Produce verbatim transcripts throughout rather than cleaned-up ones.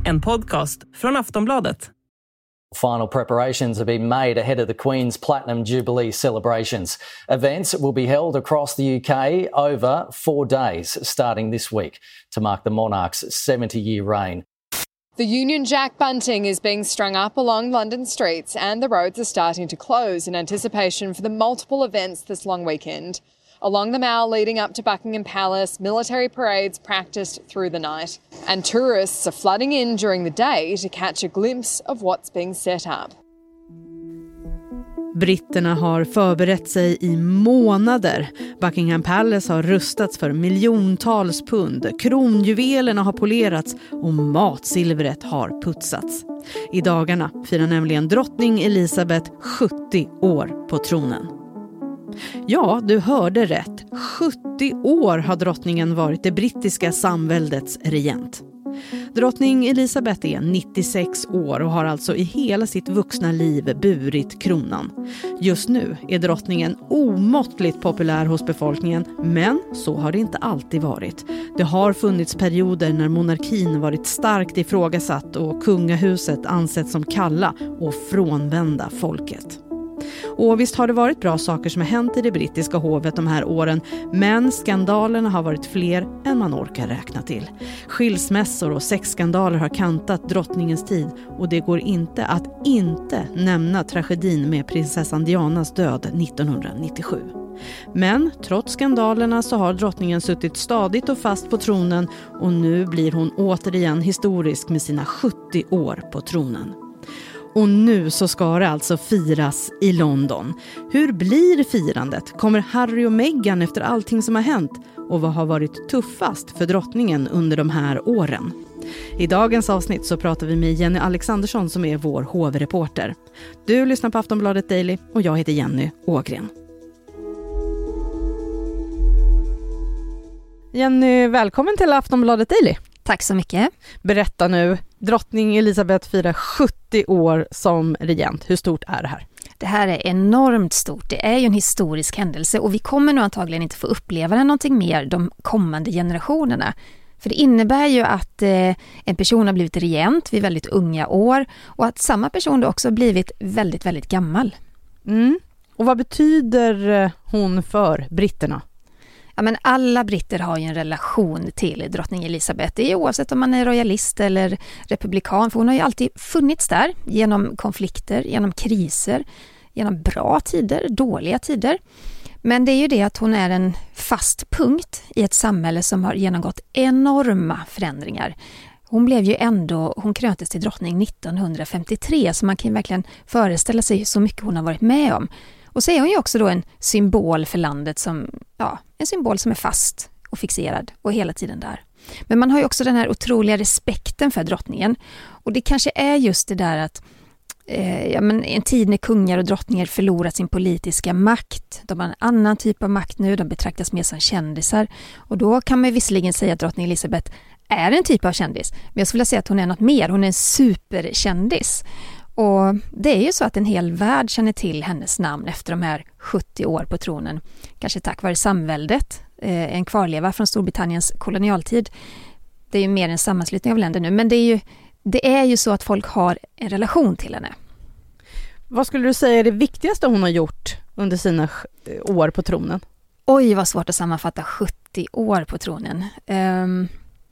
En podcast från Aftonbladet. Final preparations have been made ahead of the Queen's Platinum Jubilee celebrations. Events will be held across the U K over four days, starting this week, to mark the monarch's seventy-year reign. The Union Jack bunting is being strung up along London streets, and the roads are starting to close in anticipation for the multiple events this long weekend. Along the Mall leading up to Buckingham Palace, military parades practiced through the night, and tourists are flooding in during the day to catch a glimpse of what's being set up. Britterna har förberett sig i månader. Buckingham Palace har rustats för miljontals pund. Kronjuvelerna har polerats och matsilvret har putsats. I dagarna firar nämligen drottning Elizabeth sjuttio år på tronen. Ja, du hörde rätt. sjuttio år har drottningen varit det brittiska samväldets regent. Drottning Elizabeth är nittiosex år och har alltså i hela sitt vuxna liv burit kronan. Just nu är drottningen omåttligt populär hos befolkningen, men så har det inte alltid varit. Det har funnits perioder när monarkin varit starkt ifrågasatt och kungahuset ansetts som kalla och frånvända folket. Och visst har det varit bra saker som har hänt i det brittiska hovet de här åren, men skandalerna har varit fler än man orkar räkna till. Skilsmässor och sexskandaler har kantat drottningens tid, och det går inte att inte nämna tragedin med prinsessan Dianas död nittonhundranittiosju. Men trots skandalerna så har drottningen suttit stadigt och fast på tronen, och nu blir hon återigen historisk med sina sjuttio år på tronen. Och nu så ska det alltså firas i London. Hur blir firandet? Kommer Harry och Meghan efter allting som har hänt? Och vad har varit tuffast för drottningen under de här åren? I dagens avsnitt så pratar vi med Jenny Alexandersson som är vår hovreporter. Du lyssnar på Aftonbladet Daily och jag heter Jenny Ågren. Jenny, välkommen till Aftonbladet Daily. Tack så mycket. Berätta nu, drottning Elizabeth firar sjuttio år som regent. Hur stort är det här? Det här är enormt stort. Det är ju en historisk händelse och vi kommer nog antagligen inte få uppleva det någonting mer de kommande generationerna. För det innebär ju att eh, en person har blivit regent vid väldigt unga år och att samma person då också blivit väldigt, väldigt gammal. Mm. Och vad betyder hon för britterna? Ja, men alla britter har ju en relation till drottning Elizabeth. Det är oavsett om man är royalist eller republikan. För hon har ju alltid funnits där genom konflikter, genom kriser, genom bra tider, dåliga tider. Men det är ju det att hon är en fast punkt i ett samhälle som har genomgått enorma förändringar. Hon blev ju ändå, hon kröntes till drottning nittonhundrafemtiotre, så man kan verkligen föreställa sig så mycket hon har varit med om. Och så är hon ju också då en symbol för landet, som, ja, en symbol som är fast och fixerad och hela tiden där. Men man har ju också den här otroliga respekten för drottningen. Och det kanske är just det där att eh, ja, men en tid när kungar och drottningar förlorat sin politiska makt. De har en annan typ av makt nu, de betraktas mer som kändisar. Och då kan man visserligen säga att drottning Elizabeth är en typ av kändis. Men jag skulle vilja säga att hon är något mer, hon är en superkändis. Och det är ju så att en hel värld känner till hennes namn efter de här sjuttio år på tronen. Kanske tack vare samväldet, eh, en kvarleva från Storbritanniens kolonialtid. Det är ju mer en sammanslutning av länder nu, men det är ju, det är ju så att folk har en relation till henne. Vad skulle du säga är det viktigaste hon har gjort under sina år på tronen? Oj, vad svårt att sammanfatta sjuttio år på tronen. Um,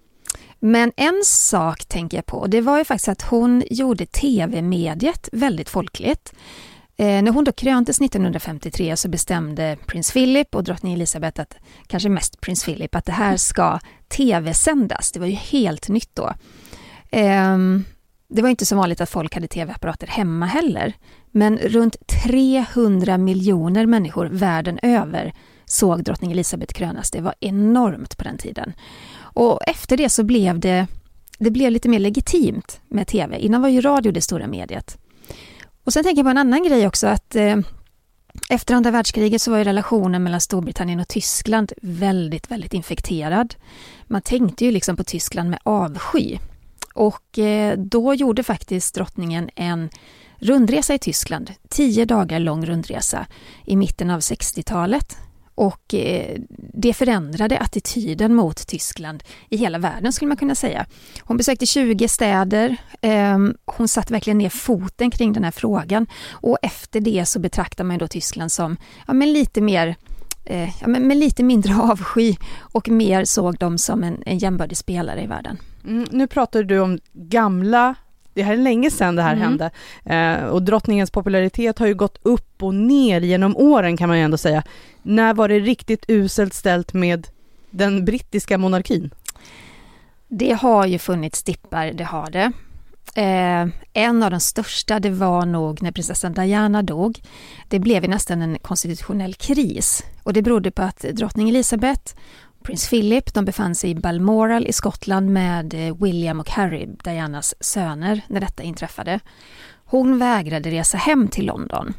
Men en sak tänker jag på, det var ju faktiskt att hon gjorde tv-mediet väldigt folkligt. Eh, när hon då kröntes nittonhundrafemtiotre så bestämde prins Philip och drottning Elizabeth, att, kanske mest prins Philip, att det här ska tv-sändas. Det var ju helt nytt då. Eh, det var inte så vanligt att folk hade tv-apparater hemma heller. Men runt trehundra miljoner människor världen över såg drottning Elizabeth krönas. Det var enormt på den tiden. Och efter det så blev det, det blev lite mer legitimt med tv. Innan var ju radio det stora mediet. Och sen tänker jag på en annan grej också, att eh, efter andra världskriget så var ju relationen mellan Storbritannien och Tyskland väldigt, väldigt infekterad. Man tänkte ju liksom på Tyskland med avsky. Och eh, då gjorde faktiskt drottningen en rundresa i Tyskland. Tio dagar lång rundresa i mitten av sextiotalet. Och det förändrade attityden mot Tyskland i hela världen, skulle man kunna säga. Hon besökte tjugo städer. Hon satt verkligen ner foten kring den här frågan. Och efter det så betraktar man då Tyskland som ja, men lite mer, ja, men med lite mindre avsky, och mer såg dem som en, en jämbördig spelare i världen. Mm, nu pratar du om gamla... Det här är länge sedan det här mm. hände. Eh, och drottningens popularitet har ju gått upp och ner genom åren, kan man ju ändå säga. När var det riktigt uselt ställt med den brittiska monarkin? Det har ju funnits dippar, det har det. Eh, en av de största, det var nog när prinsessan Diana dog. Det blev ju nästan en konstitutionell kris. Och det berodde på att drottning Elizabeth, prins Philip, de befann sig i Balmoral i Skottland med William och Harry, Dianas söner, när detta inträffade. Hon vägrade resa hem till London.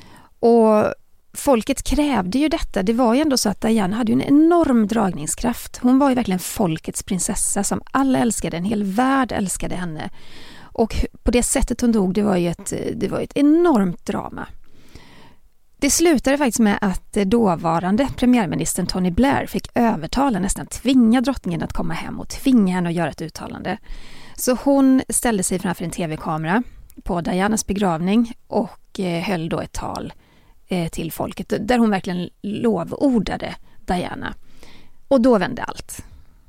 Och folket krävde ju detta. Det var ju ändå så att Diana hade en enorm dragningskraft. Hon var ju verkligen folkets prinsessa som alla älskade. En hel värld älskade henne. Och på det sättet hon dog, det var ju ett, det var ett enormt drama. Det slutade faktiskt med att dåvarande premiärministern Tony Blair fick övertala, nästan tvinga drottningen att komma hem och tvinga henne att göra ett uttalande. Så hon ställde sig framför en tv-kamera på Dianas begravning och höll då ett tal till folket där hon verkligen lovordade Diana. Och då vände allt.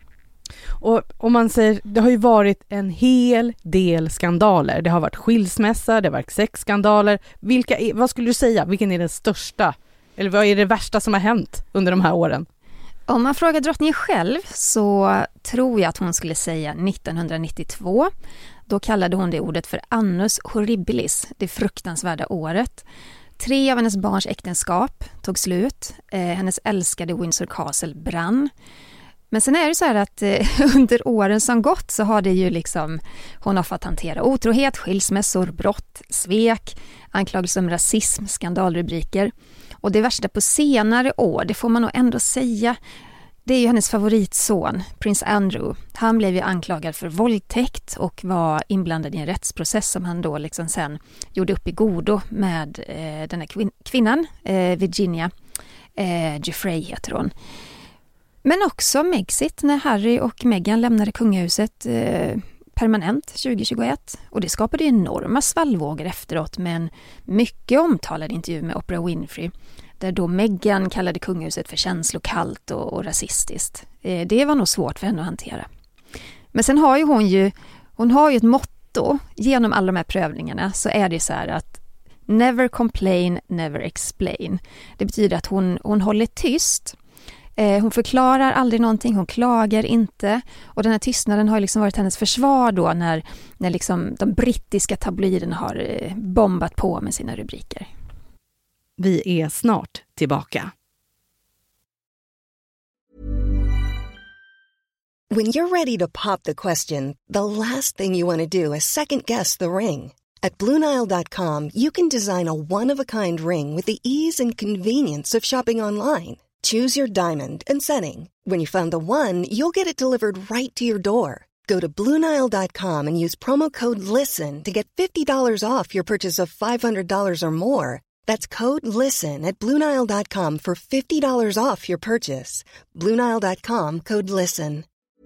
Och om man säger, det har ju varit en hel del skandaler. Det har varit skilsmässa, det har varit sexskandaler. Vilka är, vad skulle du säga? Vilken är den största? Eller vad är det värsta som har hänt under de här åren? Om man frågar drottningen själv så tror jag att hon skulle säga nittonhundranittiotvå. Då kallade hon det ordet för annus horribilis, det fruktansvärda året. Tre av hennes barns äktenskap tog slut. Eh, hennes älskade Windsor Castle brann. Men sen är det så här att eh, under åren som gått så har det ju liksom, hon har fått hantera otrohet, skilsmässor, brott, svek, anklagelser om rasism, skandalrubriker. Och det värsta på senare år, det får man nog ändå säga, det är ju hennes favoritson, prins Andrew. Han blev ju anklagad för våldtäkt och var inblandad i en rättsprocess som han då liksom sen gjorde upp i godo med eh, den här kvin- kvinnan, eh, Virginia eh, Giuffre heter hon. Men också Megxit när Harry och Meghan lämnade kungahuset eh, permanent tjugohundratjugoett. Och det skapade enorma svallvågor efteråt med en mycket omtalad intervju med Oprah Winfrey. Där då Meghan kallade kungahuset för känslokallt och, och rasistiskt. Eh, det var nog svårt för henne att hantera. Men sen har ju hon ju, hon har ju ett motto genom alla de här prövningarna, så är det så här att never complain, never explain. Det betyder att hon, hon håller tyst. Hon förklarar aldrig någonting, hon klagar inte. Och den här tystnaden har liksom varit hennes försvar då när, när liksom de brittiska tabloiderna har bombat på med sina rubriker. Vi är snart tillbaka. When you're ready to pop the question, the last thing you want to do is second guess the ring. At Blue Nile dot com you can design a one-of-a-kind ring with the ease and convenience of shopping online. Choose your diamond and setting. When you find the one, you'll get it delivered right to your door. Go to Blue Nile dot com and use promo code LISTEN to get fifty dollars off your purchase of five hundred dollars or more. That's code LISTEN at Blue Nile dot com for fifty dollars off your purchase. Blue Nile dot com, code LISTEN.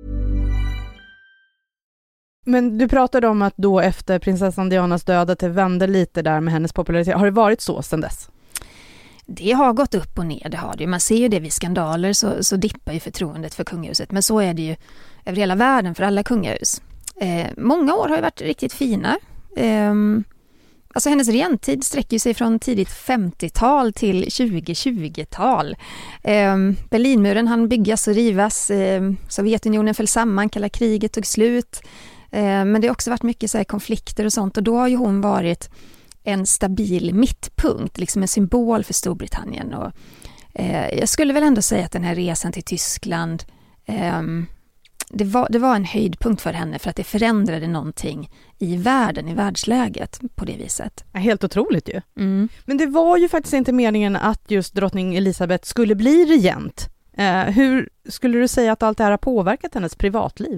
Men du pratade om att då efter prinsessan Dianas död att det vände lite där med hennes popularitet. Har det varit så sedan dess? Det har gått upp och ner, det har det. Man ser ju det vid skandaler så, så dippar ju förtroendet för kungahuset. Men så är det ju över hela världen för alla kungahus. Eh, många år har ju varit riktigt fina. Eh, alltså hennes regentid sträcker sig från tidigt femtiotal till tjugo-tjugotal. Eh, Berlinmuren hann byggas och rivas. Eh, Sovjetunionen föll samman, kalla kriget tog slut. Eh, men det har också varit mycket så här konflikter och sånt. Och då har ju hon varit en stabil mittpunkt, liksom en symbol för Storbritannien. Och, eh, jag skulle väl ändå säga att den här resan till Tyskland, eh, det, var, det var en höjdpunkt för henne för att det förändrade någonting i världen, i världsläget på det viset. Ja, helt otroligt ju. Mm. Men det var ju faktiskt inte meningen att just drottning Elizabeth skulle bli regent. Eh, hur skulle du säga att allt det här har påverkat hennes privatliv?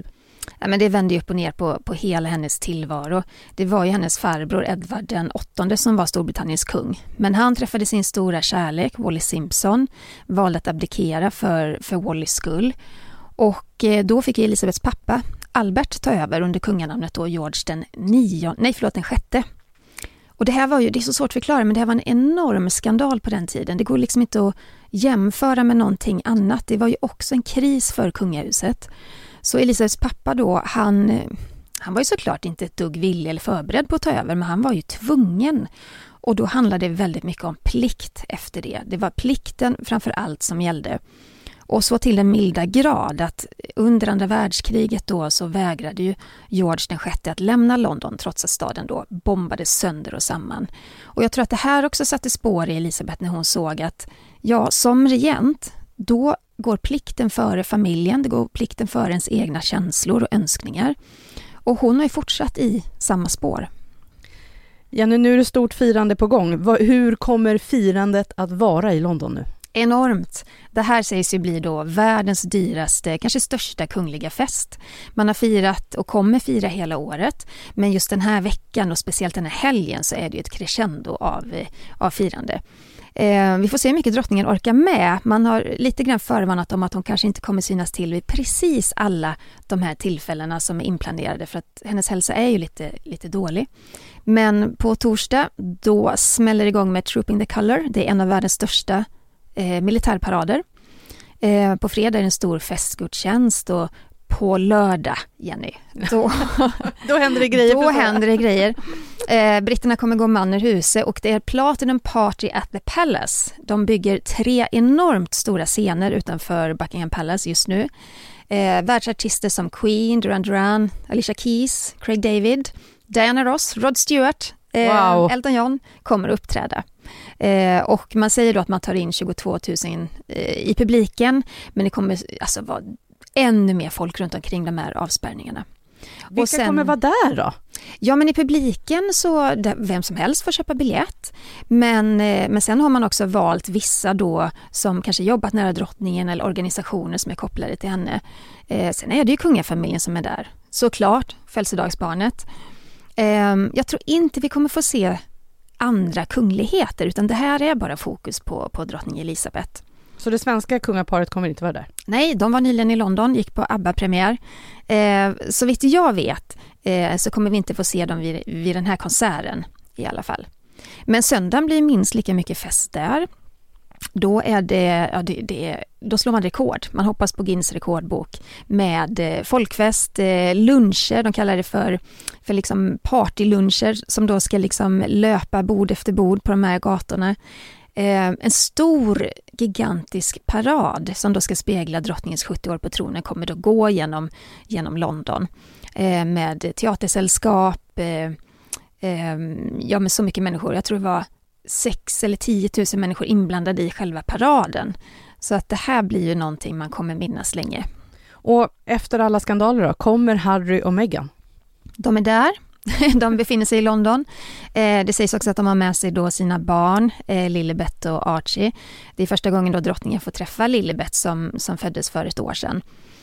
Ja, men det vände ju upp och ner på, på hela hennes tillvaro. Det var ju hennes farbror Edward den åttonde som var Storbritanniens kung. Men han träffade sin stora kärlek, Wallis Simpson, valde att abdikera för, för Wallis skull. Och eh, då fick Elisabeths pappa Albert ta över under kunganamnet då George den nionde, nej förlåt den sjätte. Och det här var ju, det är så svårt att förklara, men det här var en enorm skandal på den tiden. Det går liksom inte att jämföra med någonting annat. Det var ju också en kris för kungahuset. Så Elisabeths pappa då, han, han var ju såklart inte ett dugg villig eller förberedd på att ta över, men han var ju tvungen. Och då handlade det väldigt mycket om plikt efter det. Det var plikten framför allt som gällde. Och så till den milda grad att under andra världskriget då så vägrade ju George den sjätte att lämna London trots att staden då bombades sönder och samman. Och jag tror att det här också satte spår i Elisabeth när hon såg att ja, som regent, då går plikten före familjen, det går plikten före ens egna känslor och önskningar. Och hon har ju fortsatt i samma spår. Jenny, nu är det stort firande på gång. Hur kommer firandet att vara i London nu? Enormt. Det här sägs ju bli då världens dyraste, kanske största kungliga fest. Man har firat och kommer fira hela året. Men just den här veckan och speciellt den här helgen så är det ju ett crescendo av, av firande. Eh, vi får se hur mycket drottningen orkar med. Man har lite grann förvarnat om att hon kanske inte kommer synas till vid precis alla de här tillfällena som är inplanerade för att hennes hälsa är ju lite, lite dålig. Men på torsdag då smäller det igång med Trooping the Colour. Det är en av världens största eh, militärparader. Eh, på fredag är det en stor festgudstjänst och på lördag, Jenny, då, då händer det grejer. Då händer det grejer. Eh, britterna kommer gå man ur huset och det är Platinum Party at the Palace. De bygger tre enormt stora scener utanför Buckingham Palace just nu. Eh, världsartister som Queen, Duran Duran, Alicia Keys, Craig David, Diana Ross, Rod Stewart, eh, wow. Elton John kommer att uppträda. Eh, och man säger då att man tar in tjugotvå tusen eh, i publiken, men det kommer alltså vara ännu mer folk runt omkring de här avspärrningarna. Vilka och sen, kommer vara där då? Ja, men i publiken så där, vem som helst får köpa biljett. Men, eh, men sen har man också valt vissa då som kanske jobbat nära drottningen eller organisationer som är kopplade till henne. Eh, sen är det ju kungafamiljen som är där. Såklart, födelsedagsbarnet. Eh, jag tror inte vi kommer få se andra kungligheter utan det här är bara fokus på, på drottning Elisabeth. Så det svenska kungaparet kommer inte vara där? Nej, de var nyligen i London, gick på ABBA-premiär. Eh, så vitt jag vet eh, så kommer vi inte få se dem vid, vid den här konserten i alla fall. Men söndagen blir minst lika mycket fest där. Då, är det, ja, det, det, då slår man rekord. Man hoppas på Guinness rekordbok med eh, folkfest, eh, luncher, de kallar det för, för liksom partyluncher som då ska liksom löpa bord efter bord på de här gatorna. Eh, en stor, gigantisk parad som då ska spegla drottningens sjuttio år på tronen kommer då gå genom, genom London eh, med teatersällskap, eh, eh, ja med så mycket människor. Jag tror det var sex eller tio tusen människor inblandade i själva paraden. Så att det här blir ju någonting man kommer minnas länge. Och efter alla skandaler då, kommer Harry och Meghan? De är där. De befinner sig i London. Eh, det sägs också att de har med sig då sina barn, eh, Lilibet och Archie. Det är första gången då drottningen får träffa Lilibet som, som föddes för ett år sedan.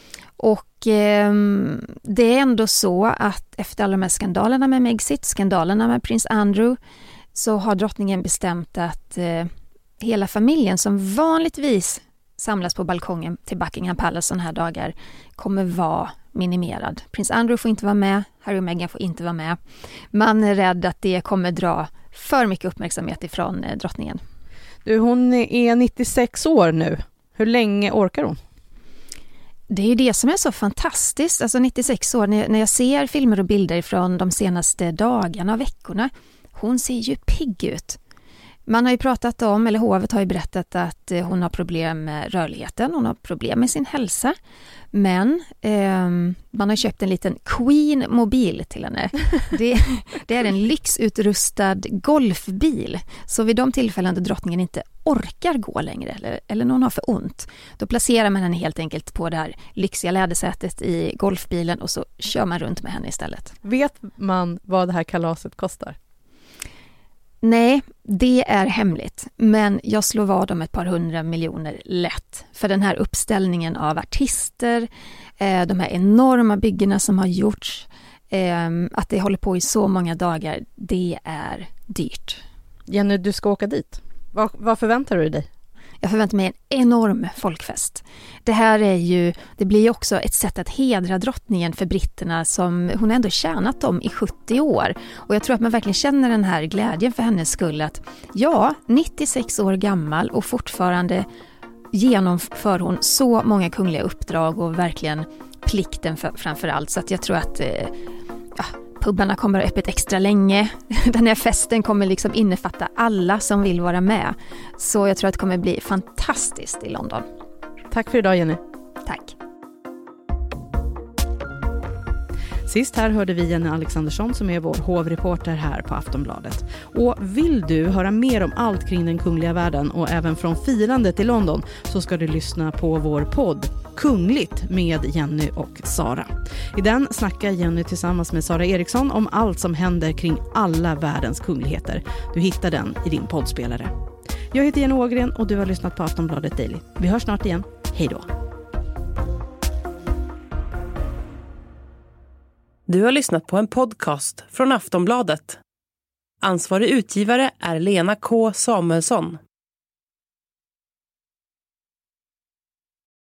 Och eh, det är ändå så att efter alla de här skandalerna med Megxit, skandalerna med prins Andrew, så har drottningen bestämt att eh, hela familjen som vanligtvis samlas på balkongen till Buckingham Palace sådana här dagar kommer vara minimerad. Prins Andrew får inte vara med, Harry och Meghan får inte vara med. Man är rädd att det kommer dra för mycket uppmärksamhet ifrån eh, drottningen. Du, hon är nittiosex år nu. Hur länge orkar hon? Det är ju det som är så fantastiskt. Alltså nittiosex år, när jag ser filmer och bilder från de senaste dagarna och veckorna, hon ser ju pigg ut. Man har ju pratat om, eller hovet har ju berättat att hon har problem med rörligheten, hon har problem med sin hälsa. Men eh, man har köpt en liten Queen-mobil till henne. Det, det är en lyxutrustad golfbil. Så vid de tillfällen då drottningen inte orkar gå längre eller, eller någon har för ont, då placerar man henne helt enkelt på det här lyxiga lädersätet i golfbilen och så kör man runt med henne istället. Vet man vad det här kalaset kostar? Nej, det är hemligt. Men jag slår vad om ett par hundra miljoner lätt. För den här uppställningen av artister, eh, de här enorma byggena som har gjorts, eh, att det håller på i så många dagar, det är dyrt. Jenny, du ska åka dit. Vad, vad förväntar du dig? Jag förväntar mig en enorm folkfest. Det här är ju, det blir ju också ett sätt att hedra drottningen för britterna som hon ändå tjänat dem i sjuttio år. Och jag tror att man verkligen känner den här glädjen för hennes skull att ja, nittiosex år gammal och fortfarande genomför hon så många kungliga uppdrag och verkligen plikten för, framför allt. Så att jag tror att eh, ja, pubbarna kommer att öppet extra länge. Den här festen kommer liksom innefatta alla som vill vara med. Så jag tror att det kommer bli fantastiskt i London. Tack för idag, Jenny. Tack. Sist här hörde vi Jenny Alexandersson som är vår hovreporter här på Aftonbladet. Och vill du höra mer om allt kring den kungliga världen och även från firandet i London så ska du lyssna på vår podd Kungligt med Jenny och Sara. I den snackar Jenny tillsammans med Sara Eriksson om allt som händer kring alla världens kungligheter. Du hittar den i din poddspelare. Jag heter Jenny Ågren och du har lyssnat på Aftonbladet Daily. Vi hörs snart igen. Hej då! Du har lyssnat på en podcast från Aftonbladet. Ansvarig utgivare är Lena K. Samuelsson.